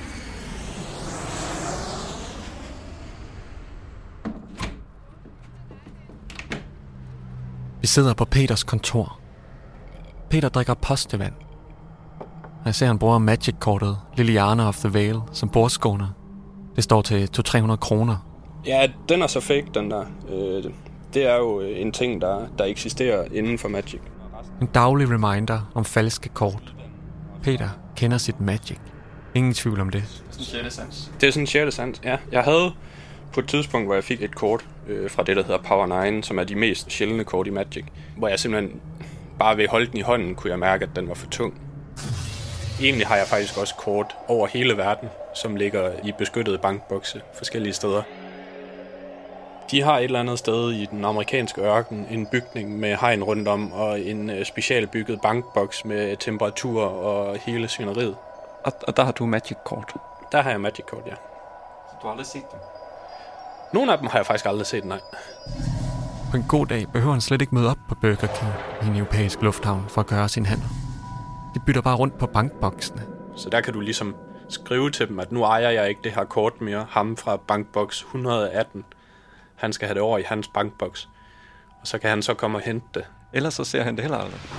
Vi sidder på Peters kontor. Peter drikker postevand. Jeg ser, han bruger Magic-kortet Liliana of the Vale som bordskåner. Det står til to til tre hundrede kroner. Ja, den er så fake, den der. Det er jo en ting, der, der eksisterer inden for Magic. En daglig reminder om falske kort. Peter kender sit Magic. Ingen tvivl om det. Sådan en sjette sans. Det er sådan en sjette sans, ja. Jeg havde på et tidspunkt, hvor jeg fik et kort øh, fra det, der hedder Power ni, som er de mest sjældne kort i Magic, hvor jeg simpelthen bare ved at holde den i hånden, kunne jeg mærke, at den var for tung. Egentlig har jeg faktisk også kort over hele verden, som ligger i beskyttede bankbokse forskellige steder. De har et eller andet sted i den amerikanske ørken en bygning med hegn rundt om, og en øh, specialbygget bankboks med temperatur og hele svineriet. Og, og der har du Magic-kort? Der har jeg Magic-kort, ja. Så du har aldrig set dem? Nogle af dem har jeg faktisk aldrig set, nej. På en god dag behøver han slet ikke møde op på Burger King i en europæisk lufthavn for at gøre sin handel. De bytter bare rundt på bankboksene. Så der kan du ligesom skrive til dem, at nu ejer jeg ikke det her kort mere. Ham fra bankboks et hundrede og atten. Han skal have det over i hans bankboks. Og så kan han så komme og hente det. Ellers så ser han det heller aldrig.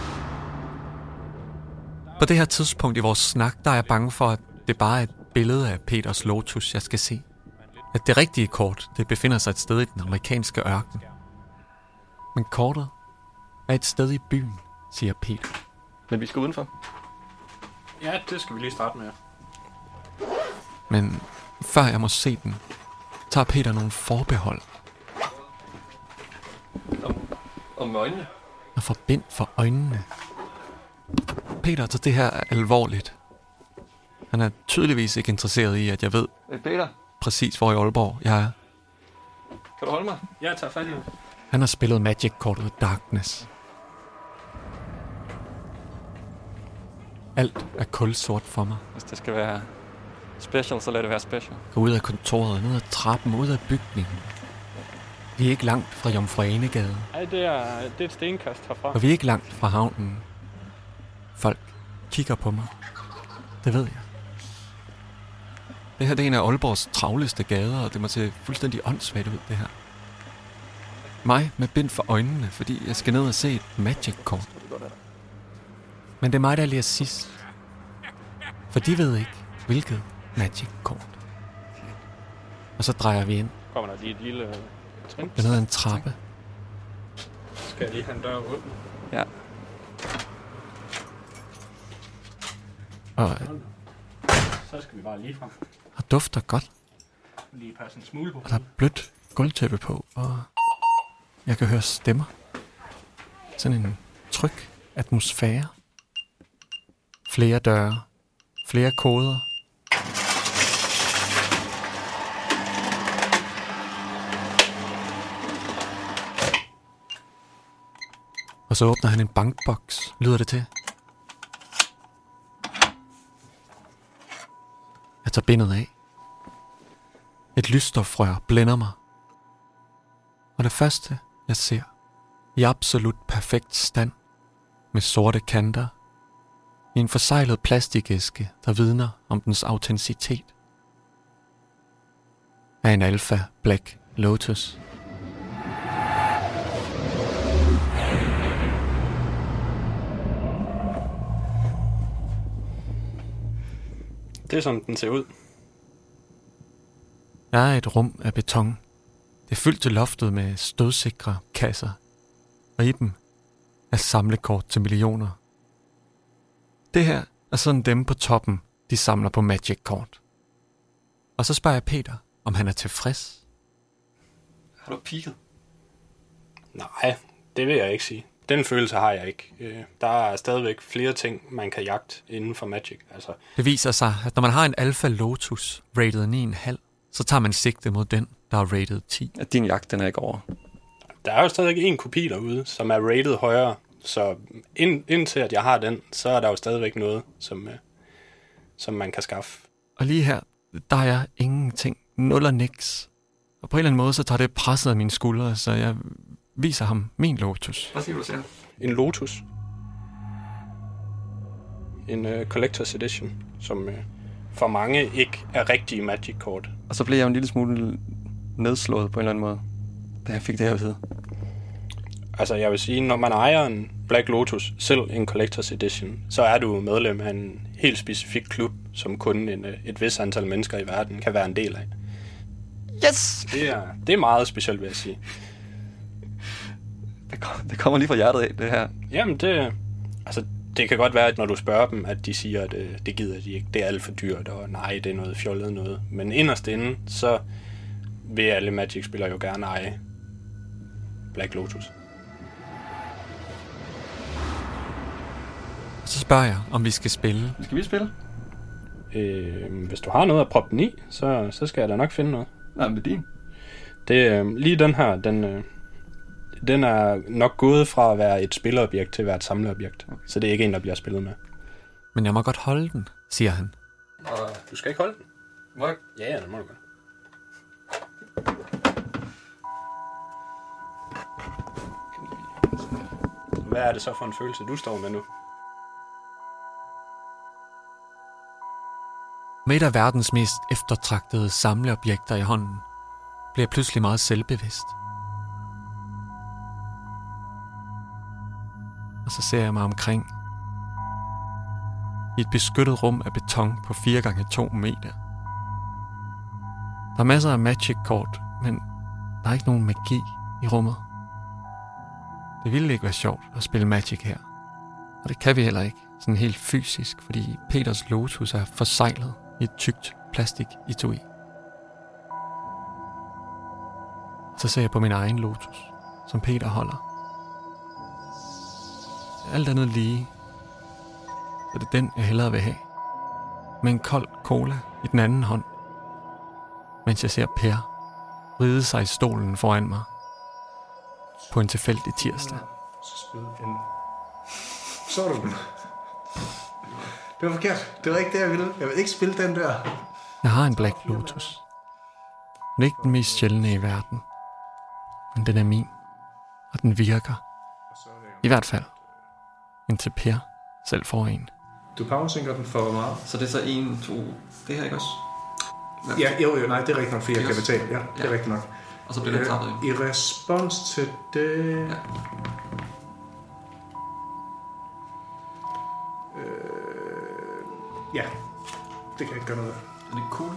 På det her tidspunkt i vores snak, der er jeg bange for, at det bare er et billede af Peters Lotus, jeg skal se. At det rigtige kort, det befinder sig et sted i den amerikanske ørken. Men kortet er et sted i byen, siger Peter. Men vi skal udenfor. Ja, det skal vi lige starte med. Men før jeg må se den, tager Peter nogle forbehold. Om, om øjnene? Og får bind for øjnene. Peter tager det her alvorligt. Han er tydeligvis ikke interesseret i, at jeg ved Hey Peter, præcis, hvor i Aalborg jeg er. kan du holde mig? Jeg tager fat i det. Han har spillet Magic-kortet Darkness. Alt er kulsort for mig. Hvis det skal være special, så lad det være special. Gå ud af kontoret, ned ad trappen, ud af bygningen. Vi er ikke langt fra Jomfru Anegade. Nej, det er, det er et stenkast herfra. Og vi er ikke langt fra havnen. Folk kigger på mig. Det ved jeg. Det her det er en af Aalborgs travleste gader, og det må se fuldstændig åndssvagt ud, det her. Mig med bind for øjnene, fordi jeg skal ned og se et Magic-kort. Men det er mig, der lærer sidst. For de ved ikke, hvilket Magic-kort. Og så drejer vi ind. Kommer der lige et lille trin? Ned ad en trappe. Skal jeg lige have en dør åben? Ja. Og, så skal vi bare lige frem. Og dufter godt. Lige passe en smule på. Og der er blødt gulvtæppe på, og jeg kan høre stemmer. Sådan en tryg atmosfære. Flere døre. Flere koder. Og så åbner han en bankboks, lyder det til. Jeg tager bindet af. Et lysstofrør blænder mig. Og det første, jeg ser, i absolut perfekt stand, med sorte kanter, i en forseglet plastikæske, der vidner om dens autenticitet, er en Alpha Black Lotus. Det er sådan, den ser ud. Jeg er et rum af beton. Det er fyldt til loftet med stødsikre kasser, og i dem er samlekort til millioner. Det her er sådan dem på toppen, de samler på Magic-kort. Og så spørger jeg Peter, om han er tilfreds. Har du peaked? Nej, det vil jeg ikke sige. Den følelse har jeg ikke. Der er stadigvæk flere ting, man kan jagte inden for Magic. Altså. Det viser sig, at når man har en Alpha Lotus rated ni komma fem, så tager man sigte mod den, der er rated ti. At din jagt, den er ikke over. Der er jo stadigvæk en kopi derude, som er rated højere. Så ind, indtil at jeg har den, så er der jo stadigvæk noget, som, som man kan skaffe. Og lige her, der er jeg ingenting. Nul og niks. Og på en eller anden måde, så tager det presset af mine skuldre, så jeg viser ham min Lotus. Hvad siger du selv? En Lotus. En uh, Collector's Edition, som uh, for mange ikke er rigtige Magic-kort. Og så blev jeg jo en lille smule nedslået på en eller anden måde, da jeg fik det her at vide. Altså jeg vil sige, når man ejer en Black Lotus, selv en Collector's Edition, så er du medlem af en helt specifik klub, som kun en, et vis antal mennesker i verden kan være en del af. Yes! Det er, det er meget specielt, vil jeg sige. Det, kom, det kommer lige fra hjertet af, det her. Jamen det, altså det kan godt være, at når du spørger dem, at de siger, at øh, det gider de ikke, det er alt for dyrt, og nej, det er noget fjollet noget. Men inderst inde, så vil alle Magic-spillere jo gerne eje Black Lotus. Så spørger jeg, om vi skal spille. Skal vi spille? Øh, hvis du har noget at proppe den i, så, så skal jeg da nok finde noget. Nej, men din. Det, øh, lige den her, den, øh, den er nok gået fra at være et spillerobjekt til at være et samleobjekt. Okay. Så det er ikke en, der bliver spillet med. Men jeg må godt holde den, siger han. Og du skal ikke holde den? Må jeg? Ja, ja, det må du godt. Hvad er det så for en følelse, du står med nu? Med et af verdens mest eftertragtede samleobjekter i hånden, bliver jeg pludselig meget selvbevidst. Og så ser jeg mig omkring i et beskyttet rum af beton på fire gange to meter. Der er masser af Magic-kort, men der er ikke nogen magi i rummet. Det ville ikke være sjovt at spille Magic her. Og det kan vi heller ikke, sådan helt fysisk, fordi Peters Lotus er forseglet i et tykt plastik-etui. Så ser jeg på min egen Lotus, som Peter holder. Alt andet lige, så det er den, jeg hellere vil have. Med en kold cola i den anden hånd, mens jeg ser Per ride sig i stolen foran mig på en tilfældig tirsdag. Så spil en... Så du den? Det var forkert. Det var ikke det, jeg ville. Jeg vil ikke spille den der. Jeg har en Black Lotus. Den er ikke den mest sjældne i verden. Men den er min. Og den virker. I hvert fald. Indtil Per selv får en. Du powersynker den for meget. Så det er så en, to... Det her ikke også? Ja, jo, jo, nej, det er rigtigt nok, fordi jeg kan betale. Ja, det er ja. rigtigt nok. Og så bliver det tappet. I respons til det... Ja. Øh, ja, det kan jeg ikke gøre noget af. Er det cool?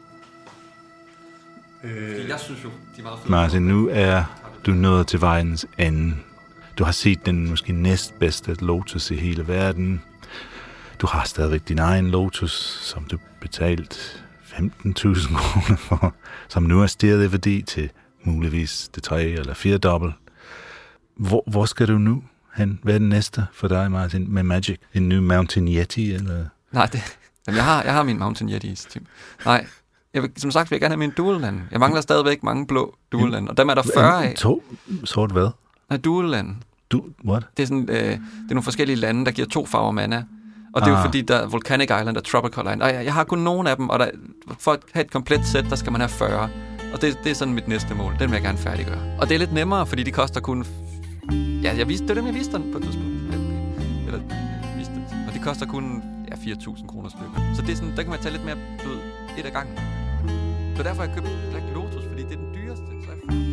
Øh, jeg synes jo, de er meget fede. Martin, nu er du nået til vejens ende. Du har set den måske næstbedste Lotus i hele verden. Du har stadigvæk din egen Lotus, som du betalt femten tusind kroner for, som nu er steget i værdi til muligvis det tre eller fire dobbelt. Hvor, hvor skal du nu hen? Hvad er det næste for dig, Martin, med Magic? En ny Mountain Yeti, eller? Nej, det, jamen, jeg, har, jeg har min Mountain Yeti. Nej, jeg vil, som sagt vil jeg gerne have min Dual Land. Jeg mangler stadigvæk mange blå Dual Land, og dem er der fyrre af. To sort hvad? Nej, Dual Land. Du, what? Det er, sådan, øh, det er nogle forskellige lande, der giver to farver mana. Og det er ah. jo fordi, der er Volcanic Island og Tropical Island. Og jeg, jeg har kun nogle af dem, og der, for at have et komplet sæt, der skal man have fyrre. Og det, det er sådan mit næste mål. Den vil jeg gerne færdiggøre. Og det er lidt nemmere, fordi de koster kun... Ja, jeg viste, det er dem, jeg viste den på et tidspunkt. Eller, jeg viste den. Og de koster kun ja, fire tusind kroner stykker. Så det er sådan, der kan man tage lidt mere du ved, et af gangen. Så derfor har jeg købt Black Lotus, fordi det er den dyreste. Så jeg...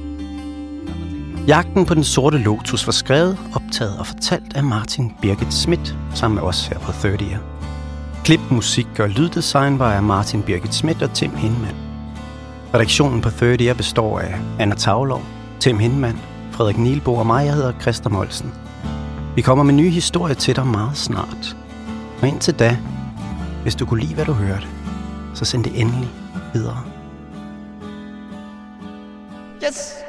Jagten på den sorte Lotus var skrevet, optaget og fortalt af Martin Birgit Schmidt, sammen med os her på tredier. Klip, musik og lyddesign var af Martin Birgit Schmidt og Tim Hinman. Redaktionen på tredier består af Anna Tavlov, Tim Hinman, Frederik Nielbo og mig, jeg hedder Christa Molsen. Vi kommer med nye historier til dig meget snart. Og indtil da, hvis du kunne lide, hvad du hørte, så send det endelig videre. Yes!